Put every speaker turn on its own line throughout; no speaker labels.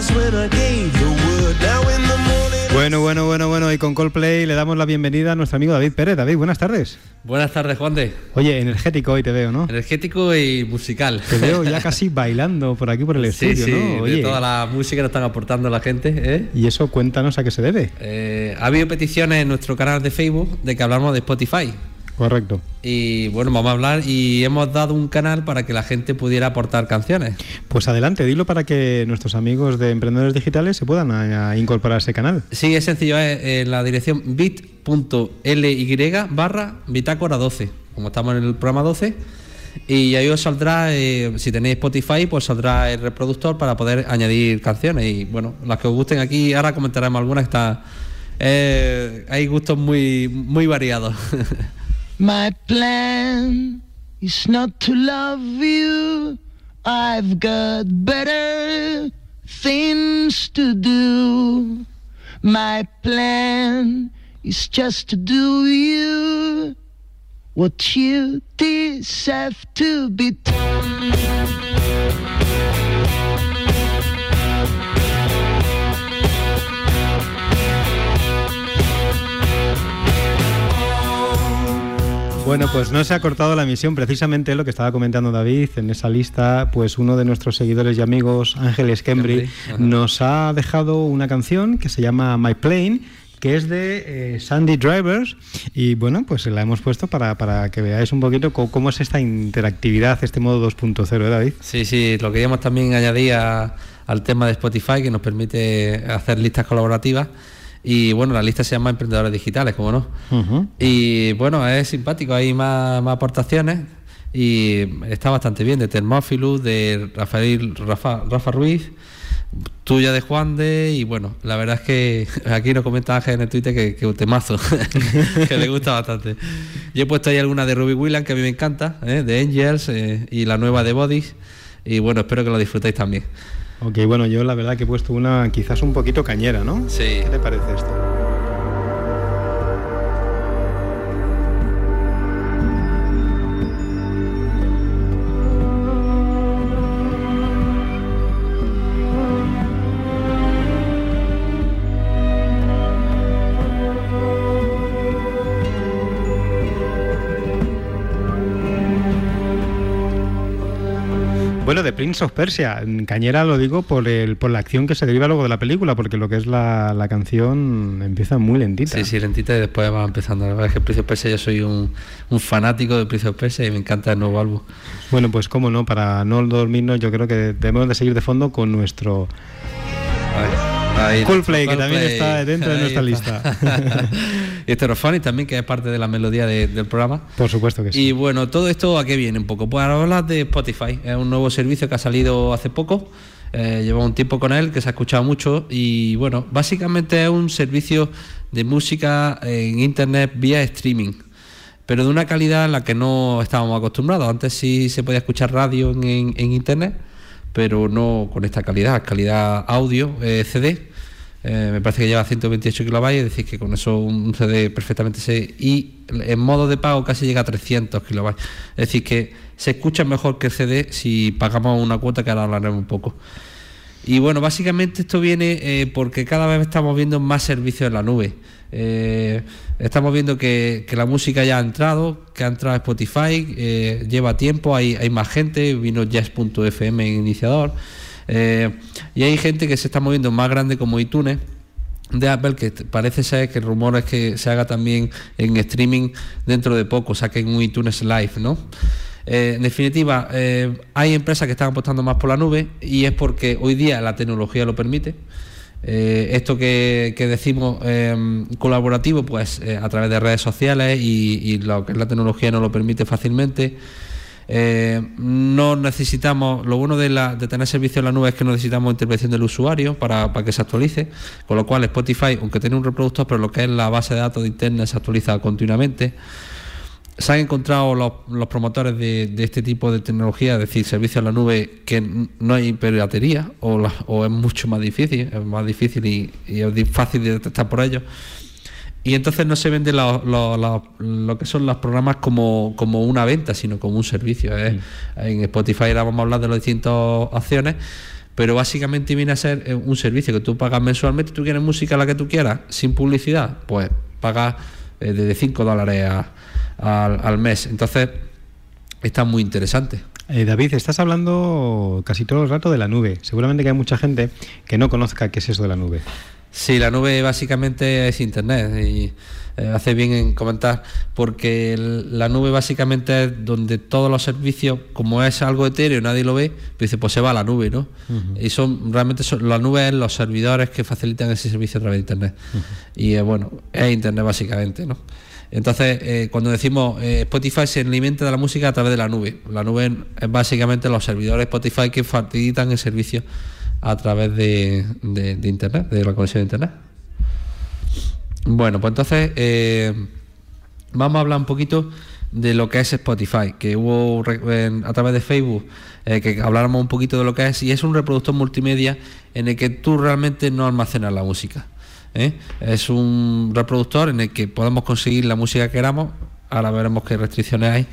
Bueno, y con Coldplay le damos la bienvenida a nuestro amigo David Pérez. David, buenas tardes.
Buenas tardes, Juan de.
Oye, energético hoy te veo, ¿no?
Energético y musical.
Te veo ya casi bailando por aquí por el estudio,
sí,
¿no? Oye,
de toda la música que nos están aportando la gente, ¿eh?
Y eso, cuéntanos a qué se debe.
Ha habido peticiones en nuestro canal de Facebook de que hablamos de Spotify.
Correcto.
Y bueno, vamos a hablar y hemos dado un canal para que la gente pudiera aportar canciones.
Pues adelante, dilo para que nuestros amigos de Emprendedores Digitales se puedan incorporar a ese canal.
Sí, es sencillo, es la dirección bit.ly/bitácora 12, como estamos en el programa 12, y ahí os saldrá, si tenéis Spotify, pues saldrá el reproductor para poder añadir canciones. Y bueno, las que os gusten aquí, ahora comentaremos algunas que están... hay gustos muy, muy variados.
My plan is not to love you. I've got better things to do. My plan is just to do you what you deserve to be done.
Bueno, pues no se ha cortado la emisión, precisamente lo que estaba comentando David, en esa lista, pues uno de nuestros seguidores y amigos, Ángeles Kembri, nos ha dejado una canción que se llama My Plane, que es de Sandy Drivers, y bueno, pues la hemos puesto para que veáis un poquito cómo es esta interactividad, este modo 2.0, ¿eh, David?
Sí, lo queríamos también añadir al tema de Spotify, que nos permite hacer listas colaborativas. Y bueno, la lista se llama Emprendedores Digitales, como no. Uh-huh. Y bueno, es simpático, hay más aportaciones y está bastante bien, de Termófilus, de Rafa Ruiz, tuya de Juan de, y bueno, la verdad es que aquí nos comenta Ángel en el Twitter que un temazo, que le gusta bastante. Yo he puesto ahí alguna de Robbie Williams, que a mí me encanta, de Angels, y la nueva de Bodies, y bueno, espero que lo disfrutéis también.
Ok, bueno, yo la verdad que he puesto una quizás un poquito cañera, ¿no?
Sí.
¿Qué te parece esto? Bueno, de Prince of Persia, cañera lo digo por la acción que se deriva luego de la película, porque lo que es la canción empieza muy lentita.
Sí, lentita, y después va empezando. La verdad es que Prince of Persia, yo soy un fanático de Prince of Persia y me encanta el nuevo álbum.
Bueno, pues cómo no, para no dormirnos, yo creo que debemos de seguir de fondo con nuestro Coldplay, que también está dentro de nuestra lista.
Y Stereophonic también, que es parte de la melodía del programa.
Por supuesto que sí.
Y bueno, todo esto ¿a qué viene un poco? Pues ahora hablar de Spotify. Es un nuevo servicio que ha salido hace poco. Lleva un tiempo con él, que se ha escuchado mucho. Y bueno, básicamente es un servicio de música en internet vía streaming, pero de una calidad en la que no estábamos acostumbrados. Antes sí se podía escuchar radio en internet, pero no con esta calidad audio, CD. Me parece que lleva 128 kilobytes, es decir, que con eso un CD perfectamente y en modo de pago casi llega a 300 kilobytes. Es decir, que se escucha mejor que el CD si pagamos una cuota, que ahora hablaremos un poco. Y bueno, básicamente esto viene porque cada vez estamos viendo más servicios en la nube. Estamos viendo que la música ya ha entrado a Spotify, lleva tiempo, hay más gente, vino Jazz.fm en iniciador. Y hay gente que se está moviendo más grande, como iTunes de Apple, que parece ser que el rumor es que se haga también en streaming dentro de poco, saquen un iTunes Live, ¿no? En definitiva, hay empresas que están apostando más por la nube, y es porque hoy día la tecnología lo permite. Esto que decimos colaborativo, pues a través de redes sociales, y lo que es la tecnología nos lo permite fácilmente. No necesitamos, lo bueno de tener servicio en la nube es que no necesitamos intervención del usuario para que se actualice, con lo cual Spotify, aunque tiene un reproductor, pero lo que es la base de datos de internet se actualiza continuamente. Se han encontrado los promotores de este tipo de tecnología, es decir, servicios en la nube, que no hay piratería, o es mucho más difícil, y es fácil de detectar por ellos. Y entonces no se vende lo que son los programas como una venta, sino como un servicio. En Spotify ahora vamos a hablar de las distintas acciones, pero básicamente viene a ser un servicio que tú pagas mensualmente. Tú quieres música la que tú quieras, sin publicidad, pues pagas de $5 al mes. Entonces está muy interesante.
David, estás hablando casi todo el rato de la nube. Seguramente que hay mucha gente que no conozca qué es eso de la nube.
Sí, la nube básicamente es Internet y hace bien en comentar, porque la nube básicamente es donde todos los servicios, como es algo etéreo, nadie lo ve, pues se va a la nube, ¿no? Y la nube es los servidores que facilitan ese servicio a través de Internet. Y es Internet básicamente, ¿no? Entonces, cuando decimos Spotify se alimenta de la música a través de la nube. La nube es básicamente los servidores Spotify que facilitan el servicio a través de Internet, de la conexión de Internet. Bueno, pues entonces vamos a hablar un poquito de lo que es Spotify, que hubo a través de Facebook que habláramos un poquito de lo que es, y es un reproductor multimedia en el que tú realmente no almacenas la música. Es un reproductor en el que podemos conseguir la música que queramos. Ahora veremos qué restricciones hay,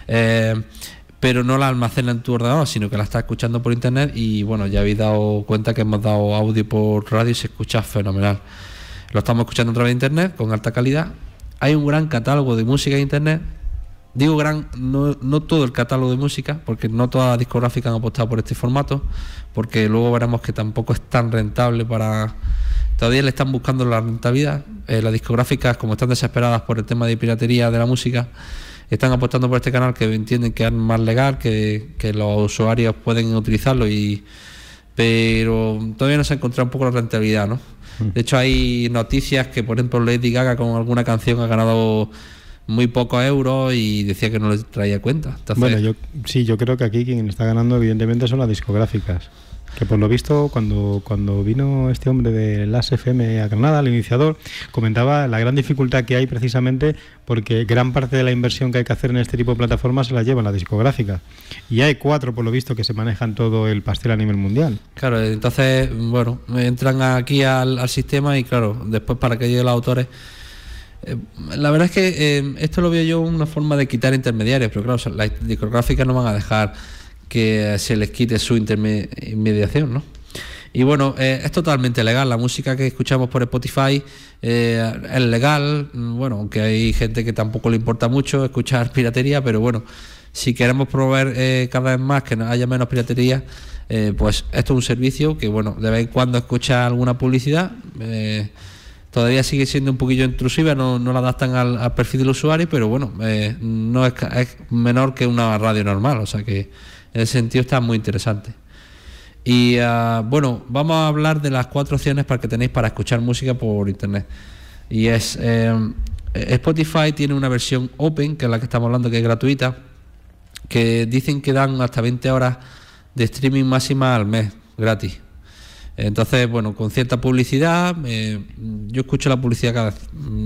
pero no la almacena en tu ordenador, sino que la estás escuchando por internet. Y bueno, ya habéis dado cuenta que hemos dado audio por radio y se escucha fenomenal. Lo estamos escuchando a través de internet con alta calidad. Hay un gran catálogo de música en internet. Digo gran, no todo el catálogo de música, porque no todas las discográficas han apostado por este formato, porque luego veremos que tampoco es tan rentable para... Todavía le están buscando la rentabilidad. Las discográficas, como están desesperadas por el tema de piratería de la música, están apostando por este canal, que entienden que es más legal, que los usuarios pueden utilizarlo, pero todavía no se ha encontrado un poco la rentabilidad, ¿no? De hecho, hay noticias que, por ejemplo, Lady Gaga con alguna canción ha ganado muy pocos euros y decía que no le traía cuenta. Entonces,
bueno, yo creo que aquí quien está ganando evidentemente son las discográficas, que por lo visto cuando vino este hombre de Las FM a Granada, el iniciador, comentaba la gran dificultad que hay precisamente porque gran parte de la inversión que hay que hacer en este tipo de plataformas se la llevan las discográficas, y hay 4 por lo visto que se manejan todo el pastel a nivel mundial.
Claro, entonces bueno, entran aquí al sistema y claro, después para que lleguen los autores. La verdad es que esto lo veo yo una forma de quitar intermediarios, pero claro, las discográficas no van a dejar que se les quite su intermediación, ¿no? Y bueno, es totalmente legal. La música que escuchamos por Spotify es legal. Bueno, aunque hay gente que tampoco le importa mucho escuchar piratería, pero bueno, si queremos promover cada vez más que haya menos piratería, pues esto es un servicio que, bueno, de vez en cuando escucha alguna publicidad. Todavía sigue siendo un poquillo intrusiva, no la adaptan al perfil del usuario, pero bueno, no es menor que una radio normal, o sea que en ese sentido está muy interesante. Y bueno, vamos a hablar de las 4 opciones que tenéis para escuchar música por internet. Y es Spotify tiene una versión open, que es la que estamos hablando, que es gratuita, que dicen que dan hasta 20 horas de streaming máxima al mes, gratis. Entonces, bueno, con cierta publicidad, yo escucho la publicidad cada vez,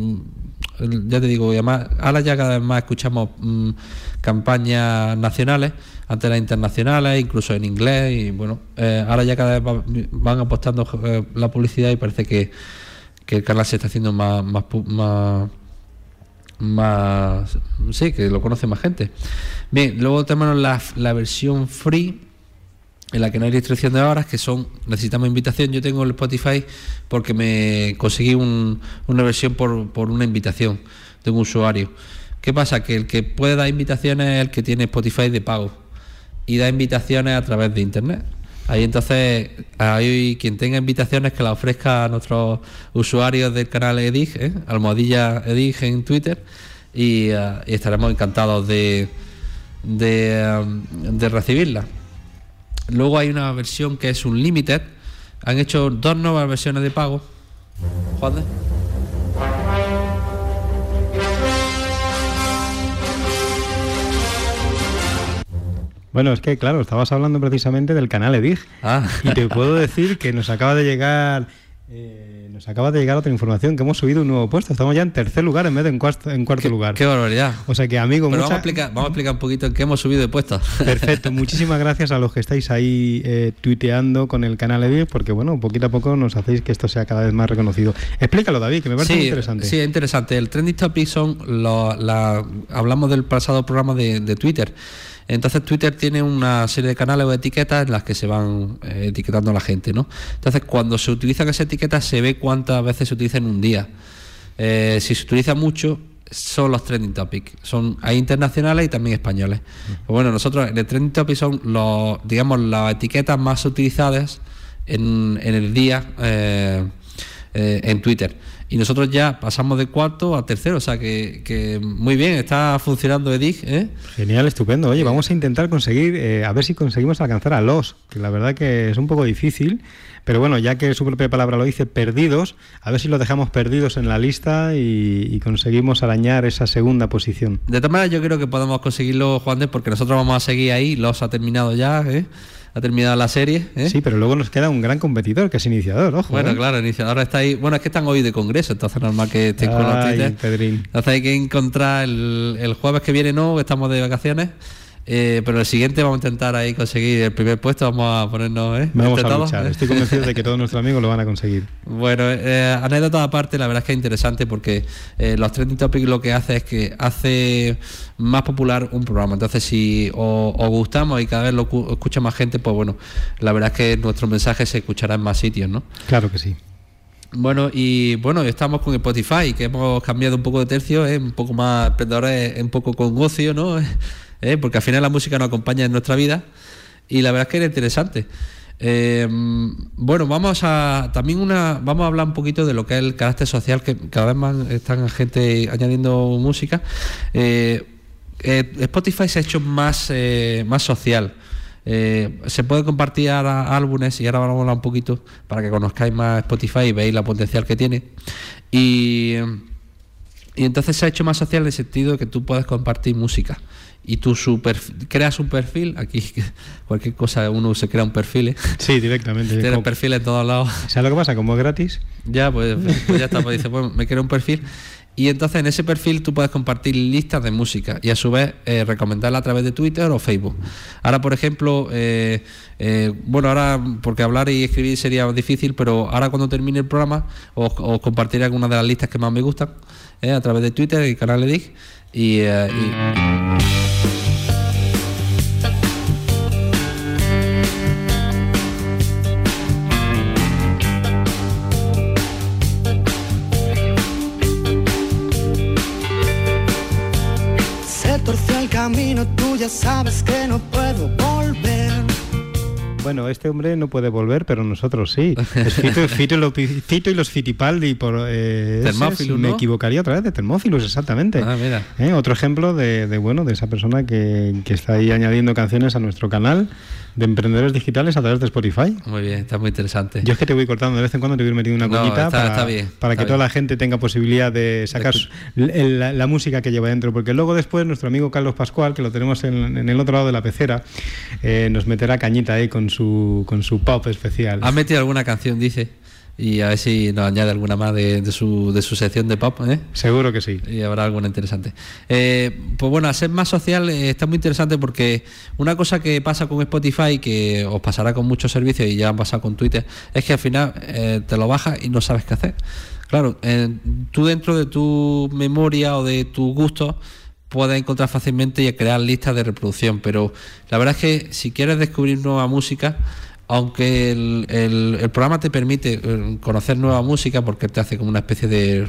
ya te digo, y además, ahora ya cada vez más escuchamos campañas nacionales, antes las internacionales, incluso en inglés, y bueno, ahora ya cada vez van apostando la publicidad y parece que el canal se está haciendo más sí, que lo conoce más gente. Bien, luego tenemos la versión free, en la que no hay restricción de horas, que necesitamos invitación. Yo tengo el Spotify porque me conseguí una versión por una invitación de un usuario. ¿Qué pasa? Que el que puede dar invitaciones es el que tiene Spotify de pago y da invitaciones a través de internet. Ahí entonces hay quien tenga invitaciones que la ofrezca a nuestros usuarios del canal Edig, almohadilla Edig en Twitter, y estaremos encantados de recibirla. Luego hay una versión que es un limited. Han hecho 2 nuevas versiones de pago. Juan de...
Bueno, es que claro, estabas hablando precisamente del canal Edig. Y te puedo decir que nos acaba de llegar otra información, que hemos subido un nuevo puesto. Estamos ya en 3er lugar en vez de en cuarto lugar.
¡Qué barbaridad!
O sea que, amigo,
vamos a explicar un poquito en qué hemos subido de puestos.
Perfecto, muchísimas gracias a los que estáis ahí tuiteando con el canal Edig, porque bueno, poquito a poco nos hacéis que esto sea cada vez más reconocido. Explícalo, David, que me parece muy interesante.
Sí, es interesante. El Trending Topic hablamos del pasado programa de Twitter. Entonces Twitter tiene una serie de canales o etiquetas en las que se van etiquetando a la gente, ¿no? Entonces cuando se utilizan esas etiquetas se ve cuántas veces se utiliza en un día. Si se utiliza mucho, son los trending topics. Hay internacionales y también españoles. Pues bueno, nosotros en el trending topic son las etiquetas más utilizadas en el día en Twitter. Y nosotros ya pasamos de cuarto a tercero, o sea que muy bien, está funcionando Edith, ¿eh?
Genial, estupendo. Oye, vamos a intentar conseguir, a ver si conseguimos alcanzar a los, que la verdad que es un poco difícil, pero bueno, ya que su propia palabra lo dice, perdidos, a ver si los dejamos perdidos en la lista y conseguimos arañar esa segunda posición.
De todas maneras, yo creo que podemos conseguirlo, Juan de, porque nosotros vamos a seguir ahí, los ha terminado ya, ¿eh? Ha terminado la serie, ¿eh?
Sí, pero luego nos queda un gran competidor, que es Iniciador, ojo.
Bueno, claro, Iniciador está ahí. Bueno, es que están hoy de congreso, entonces normal que estén con los Twitter.
Pedrín.
Entonces hay que encontrar el jueves que viene, no, estamos de vacaciones. Pero el siguiente vamos a intentar ahí conseguir el primer puesto, vamos a ponernos
vamos a luchar, estoy convencido de que todos nuestros amigos lo van a conseguir.
Bueno, anécdota aparte, la verdad es que es interesante porque los trending topics lo que hace es que hace más popular un programa. Entonces si os gustamos y cada vez lo escucha más gente, pues bueno, la verdad es que nuestro mensaje se escuchará en más sitios, ¿no?
Claro que sí.
Bueno, estamos con Spotify, que hemos cambiado un poco de tercio, un poco más emprendedores, un poco con ocio, ¿no? Porque al final la música nos acompaña en nuestra vida y la verdad es que era interesante. Bueno, vamos a hablar un poquito de lo que es el carácter social, que cada vez más están gente añadiendo música. Spotify se ha hecho más social. Se puede compartir álbumes y ahora vamos a hablar un poquito para que conozcáis más Spotify y veáis la potencial que tiene. Y entonces se ha hecho más social en el sentido de que tú puedes compartir música y tú creas un perfil. Aquí cualquier cosa uno se crea un perfil, ¿eh?
Sí, directamente.
Tienes perfiles en todos lados.
¿Sabes lo que pasa? Como es gratis.
Ya, pues ya está, pues dice, bueno, me creo un perfil. Y entonces en ese perfil tú puedes compartir listas de música y a su vez recomendarla a través de Twitter o Facebook. Ahora, por ejemplo, ahora porque hablar y escribir sería difícil, pero ahora cuando termine el programa os compartiré algunas de las listas que más me gustan a través de Twitter y canal Edith y
torció el camino, tú ya sabes que no puedo volver.
Bueno, este hombre no puede volver, pero nosotros sí. Es Fito y los Fitipaldi por
Termófilos,
me
¿no?
equivocaría otra vez, de Termófilos, exactamente.
Ah, mira.
Otro ejemplo de esa persona que está ahí añadiendo canciones a nuestro canal de emprendedores digitales a través de Spotify.
Muy bien, está muy interesante.
Yo es que te voy cortando de vez en cuando, te voy metiendo una cuñita para que toda la gente tenga posibilidad de sacar la música que lleva dentro, porque luego después nuestro amigo Carlos Pascual, que lo tenemos en el otro lado de la pecera, nos meterá cañita ahí con su pop especial.
¿Has metido alguna canción, dice? Y a ver si nos añade alguna más de su sección de pop, ¿eh?
Seguro que sí.
Y habrá alguna interesante. Pues bueno, a ser más social está muy interesante porque una cosa que pasa con Spotify, que os pasará con muchos servicios y ya han pasado con Twitter, es que al final te lo bajas y no sabes qué hacer. Claro, tú dentro de tu memoria o de tus gustos puedes encontrar fácilmente y crear listas de reproducción, pero la verdad es que si quieres descubrir nueva música, aunque el programa te permite conocer nueva música porque te hace como una especie de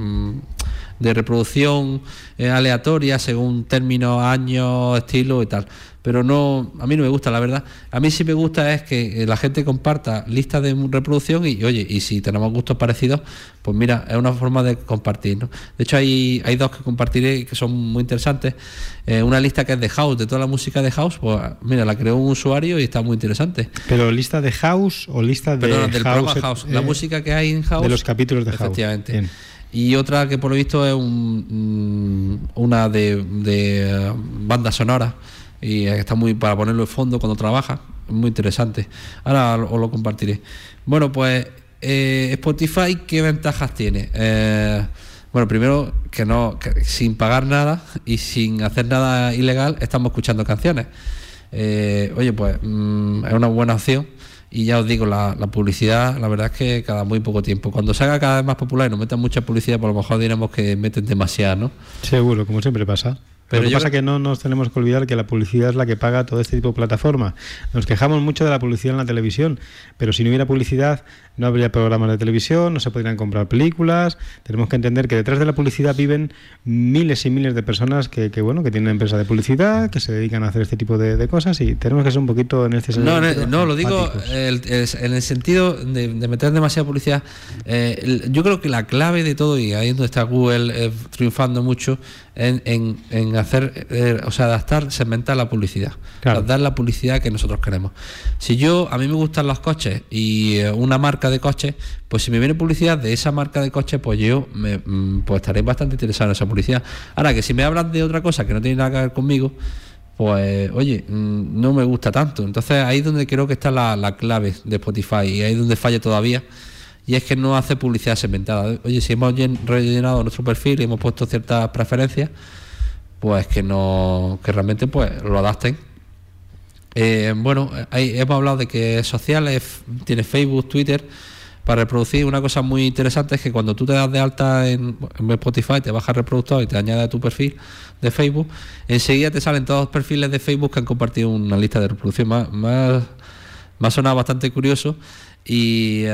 reproducción aleatoria según términos, años, estilo y tal, pero a mí no me gusta, la verdad. A mí sí me gusta es que la gente comparta listas de reproducción y si tenemos gustos parecidos, pues mira, es una forma de compartir, ¿no? De hecho hay dos que compartiré que son muy interesantes. Una lista que es de house, de toda la música de house, pues mira, la creó un usuario y está muy interesante.
¿Pero lista de house o lista de
del programa House? La música que hay en House.
De los capítulos de House.
Efectivamente. Bien. Y otra que por lo visto es una de banda sonora y está muy para ponerlo en fondo cuando trabaja, muy interesante. Ahora os lo compartiré. Bueno, pues Spotify, ¿qué ventajas tiene? Bueno, primero que sin pagar nada y sin hacer nada ilegal estamos escuchando canciones. Oye, pues es una buena opción. Y ya os digo, la publicidad, la verdad es que cada muy poco tiempo. Cuando se haga cada vez más popular y nos metan mucha publicidad, pues a lo mejor diremos que meten demasiada, ¿no?
Seguro, como siempre pasa. Lo que pasa es que no nos tenemos que olvidar que la publicidad es la que paga todo este tipo de plataformas. Nos quejamos mucho de la publicidad en la televisión, pero si no hubiera publicidad no habría programas de televisión, no se podrían comprar películas. Tenemos que entender que detrás de la publicidad viven miles y miles de personas que tienen empresas de publicidad, que se dedican a hacer este tipo de cosas, y tenemos que ser un poquito en este sentido.
No, lo digo en el sentido de meter demasiada publicidad. Yo creo que la clave de todo, y ahí es donde está Google triunfando mucho, en hacer, adaptar, segmentar la publicidad,
claro.
Dar la publicidad que nosotros queremos. Si a mí me gustan los coches y una marca de coches, pues si me viene publicidad de esa marca de coches, pues yo pues estaré bastante interesado en esa publicidad. Ahora que si me hablas de otra cosa que no tiene nada que ver conmigo, pues oye, no me gusta tanto. Entonces ahí es donde creo que está la clave de Spotify, y ahí es donde falla todavía. Y es que no hace publicidad segmentada. Oye, si hemos rellenado nuestro perfil y hemos puesto ciertas preferencias, pues que realmente pues lo adapten. Hemos hablado de que sociales, tiene Facebook, Twitter, para reproducir. Una cosa muy interesante es que cuando tú te das de alta en Spotify, te bajas el reproductor y te añades a tu perfil de Facebook, enseguida te salen todos los perfiles de Facebook que han compartido una lista de reproducción. Me ha sonado bastante curioso, y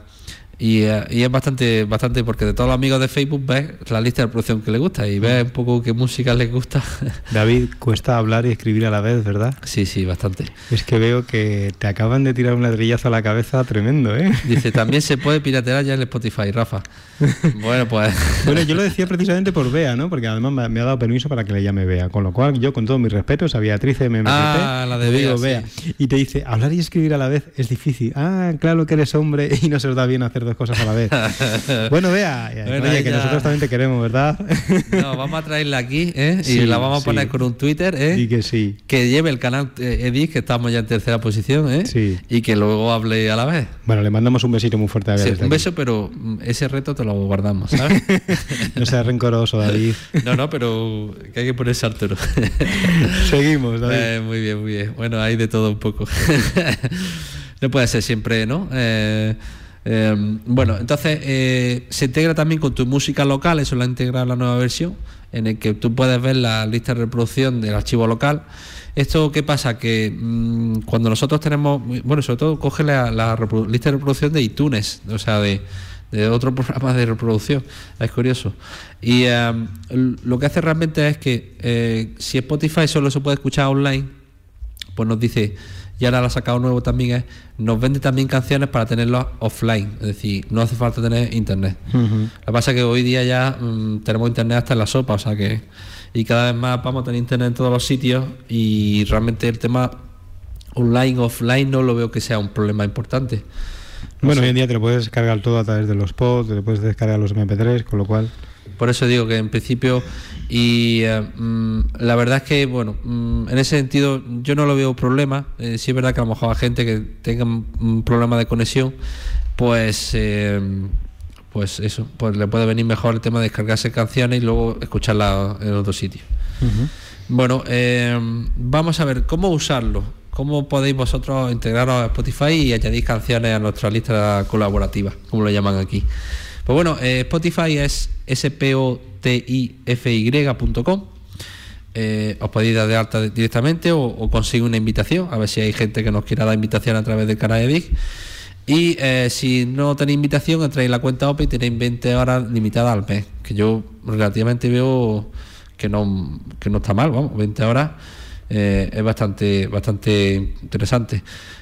es bastante, porque de todos los amigos de Facebook ves la lista de reproducción que les gusta y ves un poco qué música les gusta.
David, cuesta hablar y escribir a la vez, ¿verdad?
Sí, bastante.
Es que veo que te acaban de tirar un ladrillazo a la cabeza tremendo, ¿eh?
Dice, también se puede piratear ya en Spotify, Rafa. Bueno, pues...
Bueno, yo lo decía precisamente por Bea, ¿no? Porque además me ha dado permiso para que le llame Bea, con lo cual yo, con todos mis respetos, a Beatriz MMT,
la de Bea,
Bea. Sí. Y te dice, hablar y escribir a la vez es difícil. Claro que eres hombre y no se os da bien hacer dos cosas a la vez. Bueno, Bea, oye, que nosotros también te queremos, ¿verdad?
No, vamos a traerla aquí, y la vamos a poner con un Twitter,
Y que sí.
Que lleve el canal Edith, que estamos ya en tercera posición,
Sí.
Y que luego hable a la vez.
Bueno, le mandamos un besito muy fuerte a Bea.
Sí, un beso, pero ese reto te lo guardamos, ¿sabes?
No seas rencoroso, David.
No, pero que hay que ponerse Arturo.
Seguimos, David.
Muy bien. Bueno, hay de todo un poco. No puede ser siempre, ¿no? Bueno, entonces se integra también con tu música local. Eso lo ha integrado la nueva versión, en el que tú puedes ver la lista de reproducción del archivo local. Esto, ¿qué pasa? Que cuando nosotros tenemos, sobre todo coge la lista de reproducción de iTunes, o sea, de otro programa de reproducción. Es curioso. Y lo que hace realmente es que si Spotify solo se puede escuchar online, pues nos dice, y ahora lo ha sacado nuevo también, nos vende también canciones para tenerlas offline, es decir, no hace falta tener internet.
Uh-huh.
Lo que pasa es que hoy día ya tenemos internet hasta en la sopa, o sea que, y cada vez más vamos a tener internet en todos los sitios, y realmente el tema online, offline, no lo veo que sea un problema importante.
Bueno, hoy en día te lo puedes descargar todo a través de los pods, te lo puedes descargar los MP3, con lo cual...
Por eso digo que en principio, y la verdad es que, en ese sentido yo no lo veo problema. Sí es verdad que a lo mejor a gente que tenga un problema de conexión, pues le puede venir mejor el tema de descargarse canciones y luego escucharlas en otro sitio.
Uh-huh.
Bueno, vamos a ver cómo usarlo. ¿Cómo podéis vosotros integraros a Spotify y añadir canciones a nuestra lista colaborativa, como lo llaman aquí? Pues bueno, Spotify es spotify.com. Os podéis dar de alta directamente o conseguir una invitación, a ver si hay gente que nos quiera dar invitación a través del canal de Vic. Y si no tenéis invitación, entráis en la cuenta OPE y tenéis 20 horas limitadas al mes, que yo relativamente veo que no está mal, 20 horas es bastante interesante.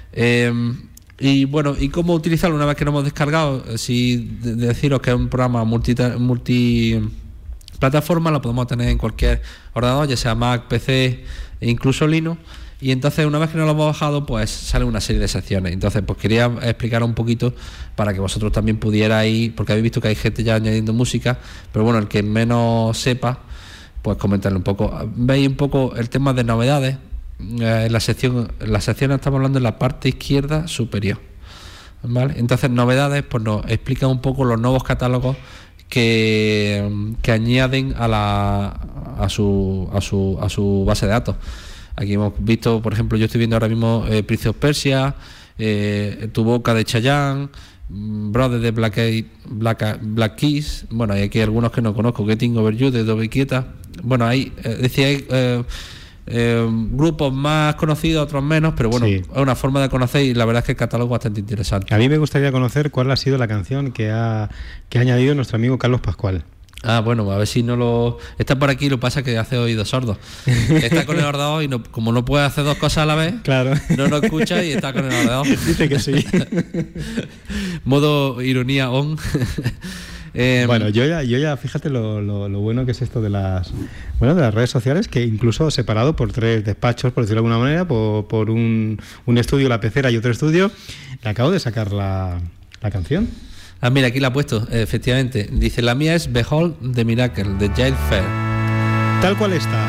Y bueno, ¿y cómo utilizarlo una vez que lo hemos descargado? Si deciros que es un programa multiplataforma, lo podemos tener en cualquier ordenador, ya sea Mac, PC e incluso Linux. Y entonces una vez que nos lo hemos bajado, pues sale una serie de secciones. Entonces pues quería explicar un poquito para que vosotros también pudierais, porque habéis visto que hay gente ya añadiendo música, pero bueno, el que menos sepa, pues comentarle un poco. Veis un poco el tema de novedades. En la sección estamos hablando en la parte izquierda superior, ¿vale? Entonces novedades, pues nos explican un poco los nuevos catálogos que añaden a su base de datos. Aquí hemos visto, por ejemplo, yo estoy viendo ahora mismo Prince of Persia, Tu Boca de Chayanne, Brothers de Black Keys. Bueno, hay aquí algunos que no conozco, Getting Over You de Doble Quieta, bueno, hay grupos más conocidos, otros menos, pero bueno, es una forma de conocer y la verdad es que el catálogo es bastante interesante.
A mí me gustaría conocer cuál ha sido la canción que ha añadido nuestro amigo Carlos Pascual.
Bueno, a ver si no lo... Está por aquí, lo pasa que hace oídos sordos. Está con el ordenador y como no puede hacer dos cosas a la vez,
claro,
no lo escucha y está con el ordenador.
Dice que sí.
Modo ironía on.
Bueno, yo ya fíjate lo bueno que es esto de las redes sociales, que incluso separado por 3 despachos, por decirlo de alguna manera, por un estudio, la pecera y otro estudio, le acabo de sacar la canción.
Mira, aquí la he puesto, efectivamente. Dice, la mía es Behold the Miracle, de Giles Fair.
Tal cual está.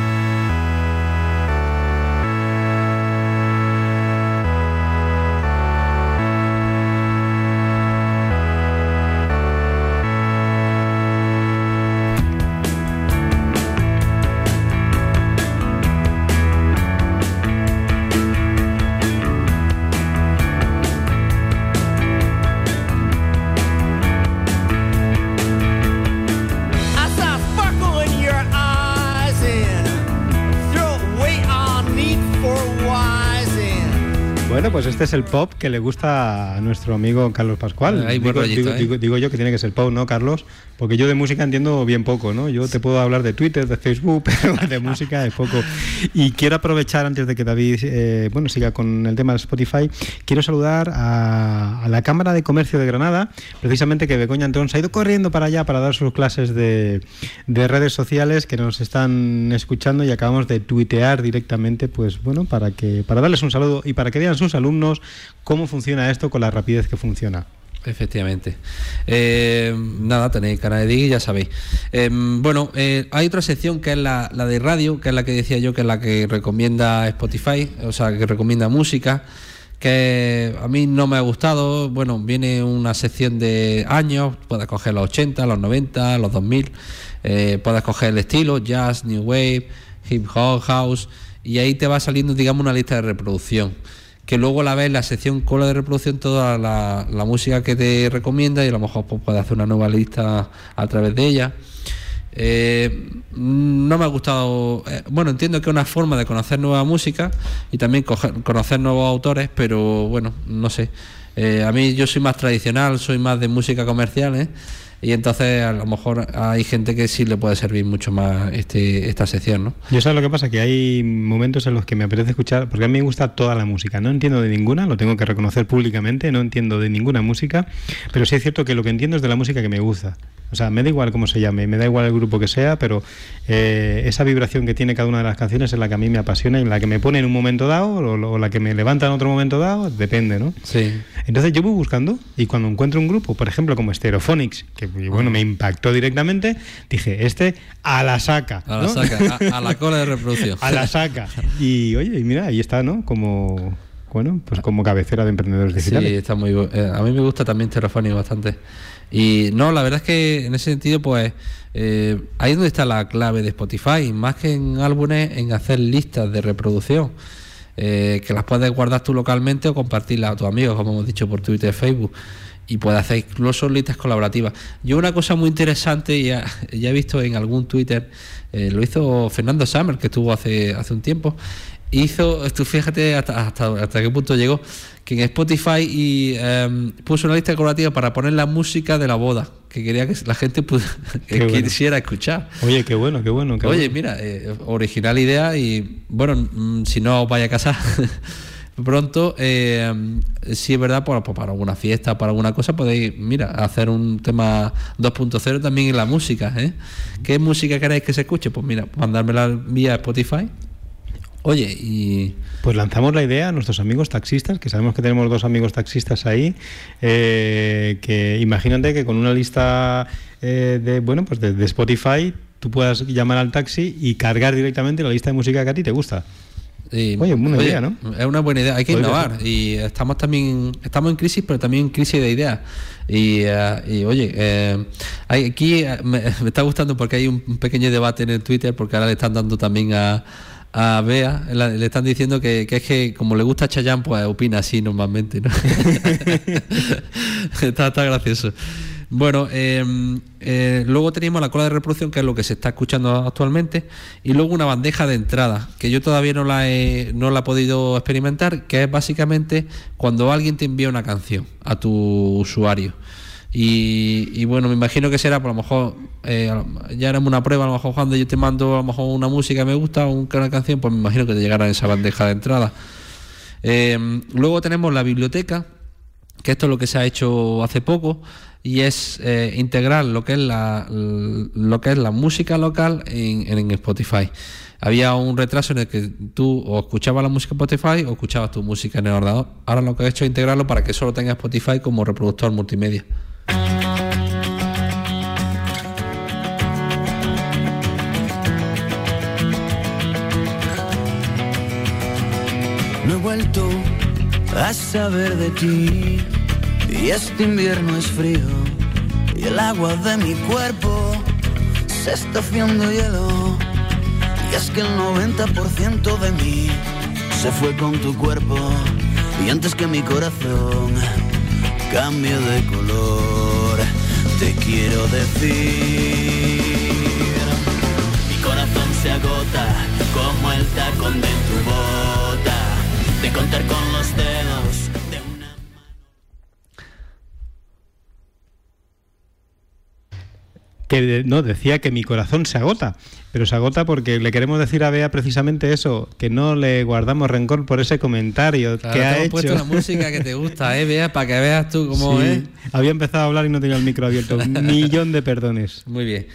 Pues este es el pop que le gusta a nuestro amigo Carlos Pascual. Digo yo que tiene que ser pop, ¿no, Carlos? Porque yo de música entiendo bien poco, ¿no? Yo te puedo hablar de Twitter, de Facebook, pero de música es poco. Y quiero aprovechar, antes de que David siga con el tema de Spotify, quiero saludar a la Cámara de Comercio de Granada, precisamente que Begoña Antón se ha ido corriendo para allá para dar sus clases de redes sociales, que nos están escuchando, y acabamos de tuitear directamente, pues bueno, para darles un saludo y para que vean sus alumnos cómo funciona esto con la rapidez que funciona.
Efectivamente. Nada, tenéis canal de Diggy, ya sabéis. Hay otra sección que es la de radio, que es la que decía yo, que es la que recomienda Spotify, o sea, que recomienda música, que a mí no me ha gustado. Bueno, viene una sección de años, puedes coger los 80, los 90, los 2000, puedes coger el estilo, jazz, new wave, hip hop, house, y ahí te va saliendo, digamos, una lista de reproducción, que luego la ves en la sección cola de reproducción toda la música que te recomienda, y a lo mejor pues, puedes hacer una nueva lista a través de ella. No me ha gustado. Entiendo que es una forma de conocer nueva música y también conocer nuevos autores, pero bueno, no sé. A mí yo soy más tradicional, soy más de música comercial, y entonces a lo mejor hay gente que sí le puede servir mucho más esta sección, ¿no?
Yo sé lo que pasa, que hay momentos en los que me apetece escuchar, porque a mí me gusta toda la música, no entiendo de ninguna, lo tengo que reconocer públicamente, no entiendo de ninguna música, pero sí es cierto que lo que entiendo es de la música que me gusta. O sea, me da igual cómo se llame, me da igual el grupo que sea, pero esa vibración que tiene cada una de las canciones es la que a mí me apasiona y la que me pone en un momento dado o la que me levanta en otro momento dado, depende, ¿no?
Sí.
Entonces yo voy buscando, y cuando encuentro un grupo, por ejemplo como Stereophonics, que me impactó directamente, dije, a la saca, ¿no?
A la saca, a la cola de reproducción.
A la saca. Y oye, mira, ahí está, ¿no? Como cabecera de emprendedores digitales.
Sí, está muy a mí me gusta también Stereophonics bastante. Y no, la verdad es que en ese sentido, pues ahí es donde está la clave de Spotify, más que en álbumes, en hacer listas de reproducción, que las puedes guardar tú localmente o compartirlas a tus amigos, como hemos dicho, por Twitter, Facebook, y puedes hacer incluso listas colaborativas. Yo una cosa muy interesante, ya he visto en algún Twitter, lo hizo Fernando Summer, que estuvo hace un tiempo. Tú fíjate hasta qué punto llegó, que en Spotify puso una lista colaborativa para poner la música de la boda, que quería que la gente quisiera escuchar.
Oye, qué bueno.
Oye, mira, original idea, y bueno, si no os vais a casar pronto, si es verdad, pues para alguna fiesta, para alguna cosa, podéis, hacer un tema 2.0 también en la música, ¿Qué música queréis que se escuche? Pues mira, mandármela vía Spotify. Oye, y...
Pues lanzamos la idea a nuestros amigos taxistas, que sabemos que tenemos 2 amigos taxistas ahí, que imagínate que con una lista de Spotify tú puedas llamar al taxi y cargar directamente la lista de música que a ti te gusta. Oye, buena idea, ¿no?
Es una buena idea, hay que innovar, y estamos en crisis, pero también en crisis de ideas. Y oye, aquí me está gustando porque hay un pequeño debate en el Twitter, porque ahora le están dando también a Bea, le están diciendo que es que como le gusta Chayanne, pues opina así normalmente, ¿no? está gracioso. Bueno, luego teníamos la cola de reproducción, que es lo que se está escuchando actualmente, y luego una bandeja de entrada, que yo todavía no la he podido experimentar, que es básicamente cuando alguien te envía una canción a tu usuario. Y bueno, me imagino que será, por lo mejor, ya haremos una prueba, a lo mejor cuando yo te mando a lo mejor una música que me gusta o una canción, pues me imagino que te llegará en esa bandeja de entrada. Luego tenemos la biblioteca, que esto es lo que se ha hecho hace poco, y es integrar lo que es la música local en Spotify. Había un retraso en el que tú o escuchabas la música en Spotify o escuchabas tu música en el ordenador. Ahora lo que he hecho es integrarlo para que solo tenga Spotify como reproductor multimedia.
No he vuelto a saber de ti, y este invierno es frío, y el agua de mi cuerpo se está haciendo hielo, y es que el 90% de mí se fue con tu cuerpo, y antes que mi corazón cambie de color, te quiero decir, mi corazón se agota como el tacón de tu bota, de contar con los dedos de una mano.
Que no, decía que mi corazón se agota, pero se agota porque le queremos decir a Bea precisamente eso, que no le guardamos rencor por ese comentario, claro, que ha hecho.
Puesto la música que te gusta, Bea, para que veas tú cómo es.
Había empezado a hablar y no tenía el micro abierto. Un millón de perdones.
Muy bien.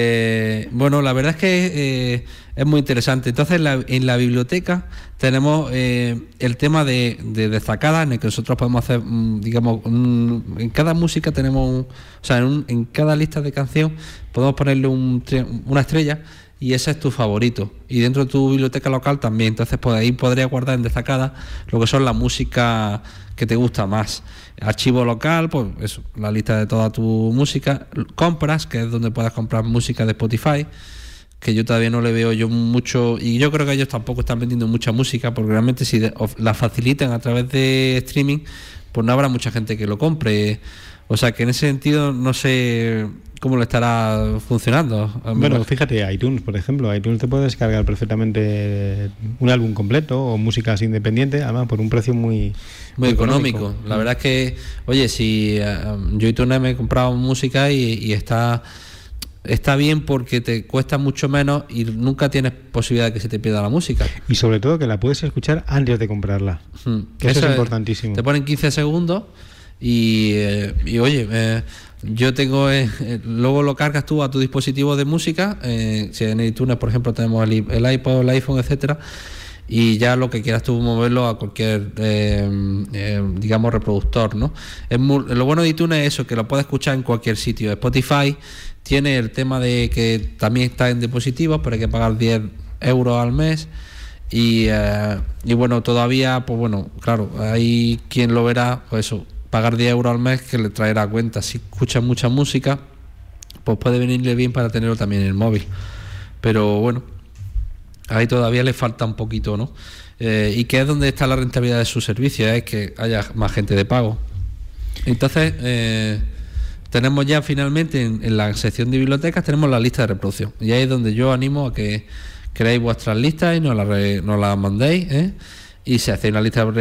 Bueno, la verdad es que es muy interesante. Entonces, en la biblioteca tenemos el tema de destacadas, en el que nosotros podemos hacer, digamos, en cada música tenemos, en cada lista de canción podemos ponerle una estrella, y ese es tu favorito, y dentro de tu biblioteca local también. Entonces, pues ahí podrías guardar en destacada lo que son la música que te gusta más. Archivo local, pues eso, la lista de toda tu música. Compras, que es donde puedes comprar música de Spotify, que yo todavía no le veo yo mucho, y yo creo que ellos tampoco están vendiendo mucha música, porque realmente si la facilitan a través de streaming, pues no habrá mucha gente que lo compre. O sea que en ese sentido no sé cómo le estará funcionando.
Bueno, fíjate, iTunes, por ejemplo. iTunes te puede descargar perfectamente un álbum completo o músicas independientes, además por un precio muy
económico. La verdad es que, oye, si yo iTunes me he comprado música y está bien, porque te cuesta mucho menos y nunca tienes posibilidad de que se te pierda la música.
Y sobre todo que la puedes escuchar antes de comprarla. Que eso es importantísimo.
Te ponen 15 segundos y oye, yo tengo luego lo cargas tú a tu dispositivo de música, si en iTunes por ejemplo tenemos el iPod, el iPhone, etcétera, y ya lo que quieras tú moverlo a cualquier digamos reproductor, ¿no? Lo bueno de iTunes es eso, que lo puedes escuchar en cualquier sitio. Spotify tiene el tema de que también está en dispositivos, pero hay que pagar 10 euros al mes. Y bueno, todavía, pues bueno, claro, hay quien lo verá, pues eso, pagar 10 euros al mes, que le traerá cuenta. Si escucha mucha música, pues puede venirle bien para tenerlo también en el móvil. Pero bueno, ahí todavía le falta un poquito, ¿no? Y que es donde está la rentabilidad de su servicio, es que haya más gente de pago. Entonces, tenemos ya finalmente en la sección de bibliotecas, tenemos la lista de reproducción. Y ahí es donde yo animo a que creáis vuestras listas y nos las mandéis, y si hacéis una lista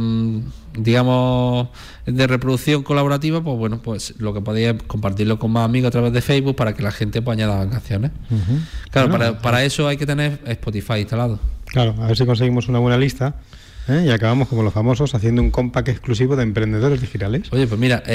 digamos de reproducción colaborativa, pues bueno, pues lo que podéis es compartirlo con más amigos a través de Facebook para que la gente pues añada canciones. Claro, bueno, para eso hay que tener Spotify instalado.
Claro, a ver si conseguimos una buena lista. Y acabamos como los famosos haciendo un compact exclusivo de emprendedores digitales.
Oye, pues mira,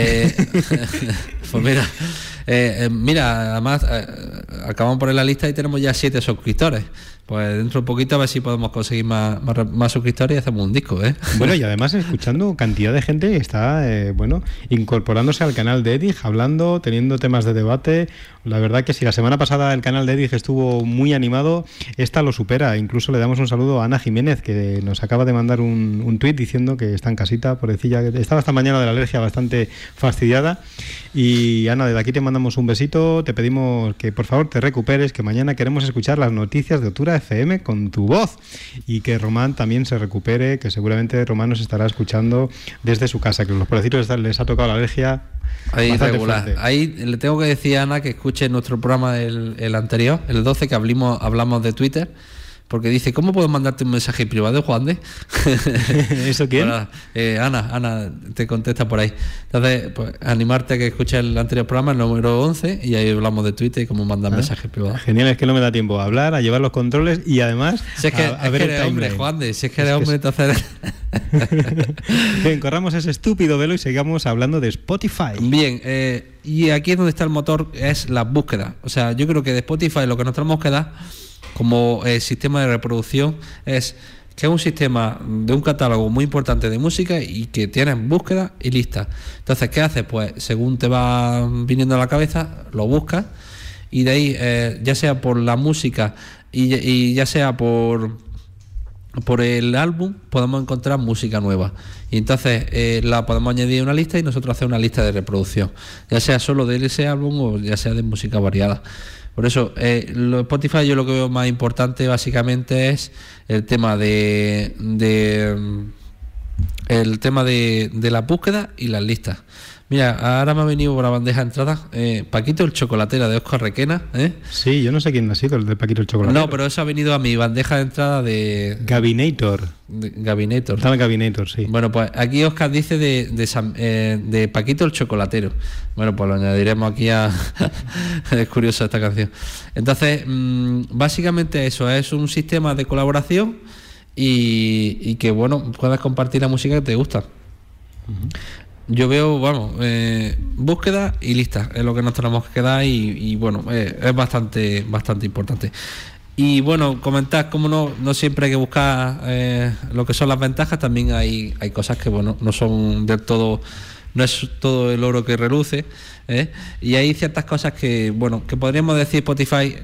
mira, además acabamos de poner la lista y tenemos ya 7 suscriptores. Pues dentro de poquito a ver si podemos conseguir más suscriptores y hacemos un disco,
Bueno, y además escuchando cantidad de gente que está incorporándose al canal de Eddig, hablando, teniendo temas de debate. La verdad que si la semana pasada el canal de Eddig estuvo muy animado, esta lo supera. Incluso le damos un saludo a Ana Jiménez, que nos acaba de mandar un tuit diciendo que está en casita, pobrecilla, que estaba esta mañana de la alergia bastante fastidiada. Y Ana, desde aquí te mandamos un besito, te pedimos que por favor te recuperes, que mañana queremos escuchar las noticias de Otura FM con tu voz, y que Román también se recupere, que seguramente Román nos estará escuchando desde su casa, que los pobrecitos les ha tocado la alergia
ahí regular.
Fuerte.
Ahí le tengo que decir a Ana que escuche nuestro programa el anterior, el 12, que hablamos de Twitter, porque dice, ¿cómo puedo mandarte un mensaje privado, Juan de?
¿Eso quién?
Bueno, Ana te contesta por ahí. Entonces, pues animarte a que escuches el anterior programa, el número 11, y ahí hablamos de Twitter y cómo mandar mensajes privados.
Genial, es que no me da tiempo a hablar, a llevar los controles y además
si es que,
a ver el
eres hombre, Juan de, si es que eres hombre, entonces...
Bien, corramos ese estúpido velo y sigamos hablando de Spotify.
Bien, y aquí es donde está el motor, es la búsqueda. O sea, yo creo que de Spotify lo que nos tenemos que dar como sistema de reproducción es que es un sistema de un catálogo muy importante de música y que tienes búsqueda y lista. Entonces, ¿qué haces? Pues según te va viniendo a la cabeza, lo buscas, y de ahí, ya sea por la música y ya sea por el álbum, podemos encontrar música nueva, y entonces la podemos añadir a una lista y nosotros hacer una lista de reproducción, ya sea solo de ese álbum o ya sea de música variada. Por eso, Spotify, yo lo que veo más importante básicamente es el tema de la búsqueda y las listas. Mira, ahora me ha venido por la bandeja de entrada Paquito el Chocolatero de Óscar Requena.
Sí, yo no sé quién ha sido el de Paquito el Chocolatero.
No, pero eso ha venido a mi bandeja de entrada de...
Gabinator.
Gabinator.
Está en Gabinator, sí.
Bueno, pues aquí Óscar dice de Paquito el Chocolatero. Bueno, pues lo añadiremos aquí a... Es curiosa esta canción. Entonces, básicamente eso, es un sistema de colaboración y que, bueno, puedas compartir la música que te gusta. Uh-huh. Yo veo, búsqueda y lista es lo que nos tenemos que quedar y bueno, es bastante importante. Y bueno, comentar cómo no siempre hay que buscar lo que son las ventajas, también hay cosas que, bueno, no son del todo, no es todo el oro que reluce, y hay ciertas cosas que, bueno, que podríamos decir Spotify.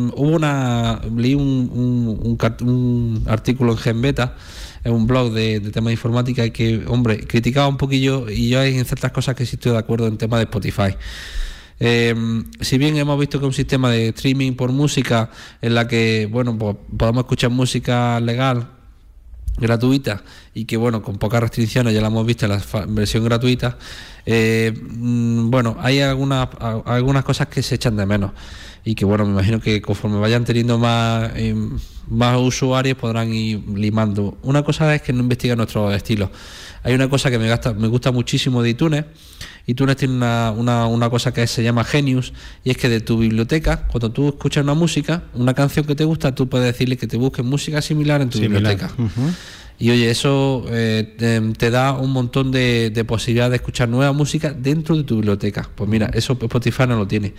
Leí un artículo en Genbeta, es un blog de temas de informática, y que, hombre, criticaba un poquillo, y yo hay ciertas cosas que sí estoy de acuerdo en tema de Spotify. Si bien hemos visto que es un sistema de streaming por música en la que, bueno, pues podemos escuchar música legal, gratuita, y que, bueno, con pocas restricciones, ya la hemos visto en la versión gratuita, bueno, hay algunas cosas que se echan de menos, y que, bueno, me imagino que conforme vayan teniendo más usuarios podrán ir limando. Una cosa es que no investiga nuestros estilos. Hay una cosa que me gusta muchísimo de iTunes. iTunes tiene una cosa que se llama Genius, y es que de tu biblioteca, cuando tú escuchas una canción que te gusta, tú puedes decirle que te busque música similar en tu biblioteca. Uh-huh. Y oye, eso te da un montón de posibilidades de escuchar nueva música dentro de tu biblioteca. Pues mira, eso Spotify no lo tiene.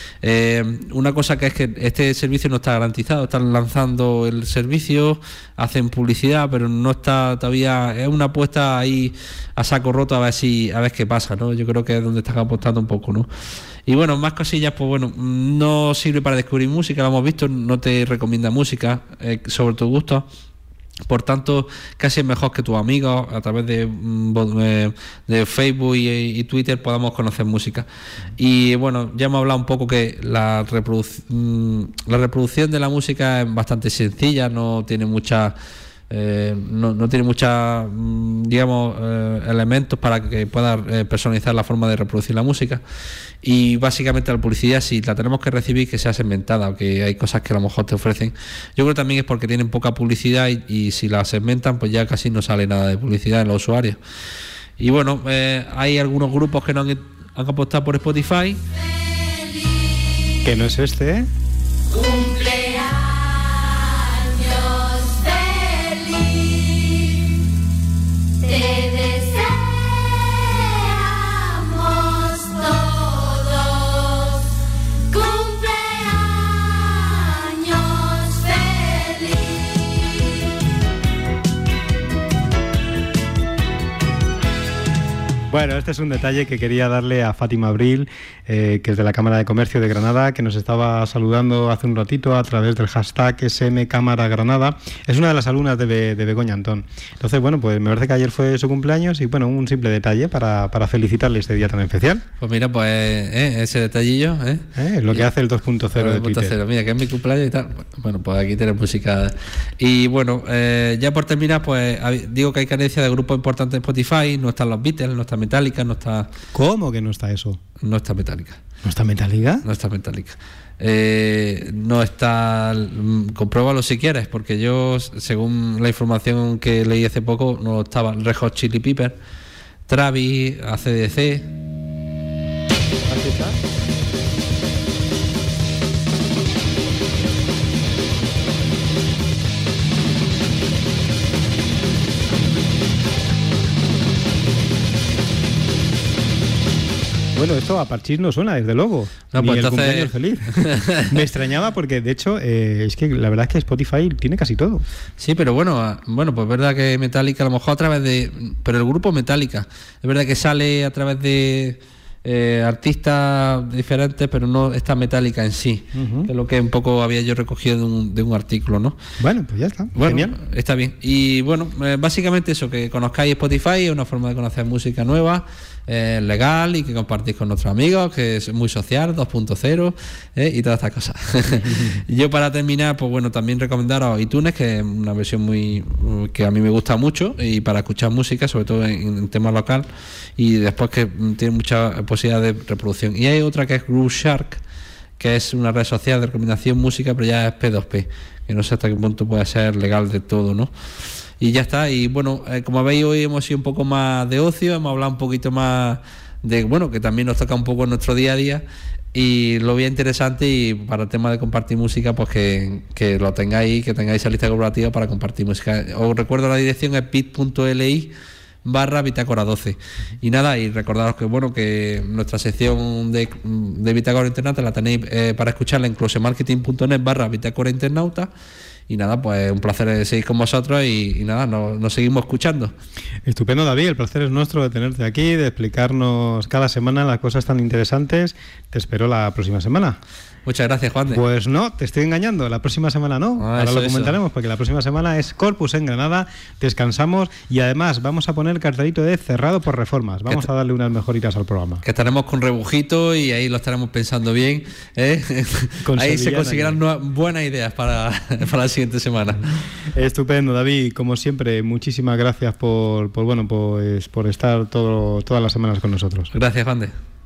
Una cosa que es que este servicio no está garantizado, están lanzando el servicio, hacen publicidad, pero no está todavía, es una apuesta ahí a saco roto a ver qué pasa, ¿no? Yo creo que es donde están apostando un poco, ¿no? Y bueno, más cosillas, pues bueno, no sirve para descubrir música, lo hemos visto, no te recomienda música sobre tu gusto. Por tanto, casi es mejor que tus amigos a través de Facebook y Twitter podamos conocer música. Y bueno, ya hemos hablado un poco que la reproducción de la música es bastante sencilla, no tiene mucha digamos, elementos para que pueda personalizar la forma de reproducir la música. Y básicamente la publicidad, si la tenemos que recibir, que sea segmentada, que hay cosas que a lo mejor te ofrecen. Yo creo también es porque tienen poca publicidad y si la segmentan, pues ya casi no sale nada de publicidad en los usuarios. Y bueno, hay algunos grupos que no han apostado por Spotify.
Que no es este, Bueno, este es un detalle que quería darle a Fátima Abril, que es de la Cámara de Comercio de Granada, que nos estaba saludando hace un ratito a través del hashtag SM Cámara Granada. Es una de las alumnas de Begoña Antón. Entonces, bueno, pues me parece que ayer fue su cumpleaños y, bueno, un simple detalle para felicitarle este día tan especial.
Pues mira, pues ese detallillo,
lo que hace el 2.0 de Twitter.
Mira, que es mi cumpleaños y tal. Bueno, pues aquí tenemos música. Y bueno, ya por terminar, pues digo que hay carencia de grupos importantes en Spotify. No están los Beatles, no está Metallica, no está...
¿Cómo que no está eso?
No está Metallica.
¿No está Metallica?
No está Metallica. No está... Compruébalo si quieres, porque yo, según la información que leí hace poco, no estaba Red Hot Chili Peppers, Travis, AC/DC.
¿Aquí está? Bueno, esto a Parchís no suena, desde luego.
No,
ni
pues
el
entonces...
cumpleaños feliz. Me extrañaba porque, de hecho, es que la verdad es que Spotify tiene casi todo.
Sí, pero bueno, pues es verdad que Metallica, a lo mejor a través de... Pero el grupo Metallica, es verdad que sale a través de artistas diferentes, pero no está Metallica en sí, que es lo que un poco había yo recogido de un artículo, ¿no?
Bueno, pues ya está.
Bueno,
genial.
Está bien. Y bueno, básicamente eso, que conozcáis Spotify, es una forma de conocer música nueva, legal, y que compartís con nuestros amigos, que es muy social, 2.0, y todas estas cosas. Yo, para terminar, pues bueno, también recomendaros iTunes, que es una versión que a mí me gusta mucho, y para escuchar música, sobre todo en temas local, y después que tiene mucha posibilidad de reproducción. Y hay otra que es Groove Shark, que es una red social de recomendación música, pero ya es P2P, que no sé hasta qué punto puede ser legal de todo, ¿no? Y ya está. Y bueno, como veis, hoy hemos sido un poco más de ocio, hemos hablado un poquito más de, bueno, que también nos toca un poco en nuestro día a día, y lo vi interesante, y para el tema de compartir música, pues que lo tengáis, que tengáis esa lista colaborativa para compartir música. Os recuerdo, la dirección es bit.li/Bitácora 12. Y nada, y recordaros que bueno, que nuestra sección de Bitácora Internauta la tenéis para escucharla en closemarketing.net/Bitácora Internauta. Y nada, pues un placer seguir con vosotros, y nada, nos seguimos escuchando.
Estupendo, David, el placer es nuestro de tenerte aquí, de explicarnos cada semana las cosas tan interesantes. Te espero la próxima semana.
Muchas gracias, Juan de.
Pues no, te estoy engañando, la próxima semana no. Ahora lo comentaremos, porque la próxima semana es Corpus en Granada, descansamos, y además vamos a poner cartelito de cerrado por reformas. Vamos a darle unas mejoritas al programa. Que
estaremos con rebujito, y ahí lo estaremos pensando bien, ahí se conseguirán buenas ideas para la siguiente semana.
Estupendo, David, como siempre, muchísimas gracias por estar todas las semanas con nosotros.
Gracias, Juan de.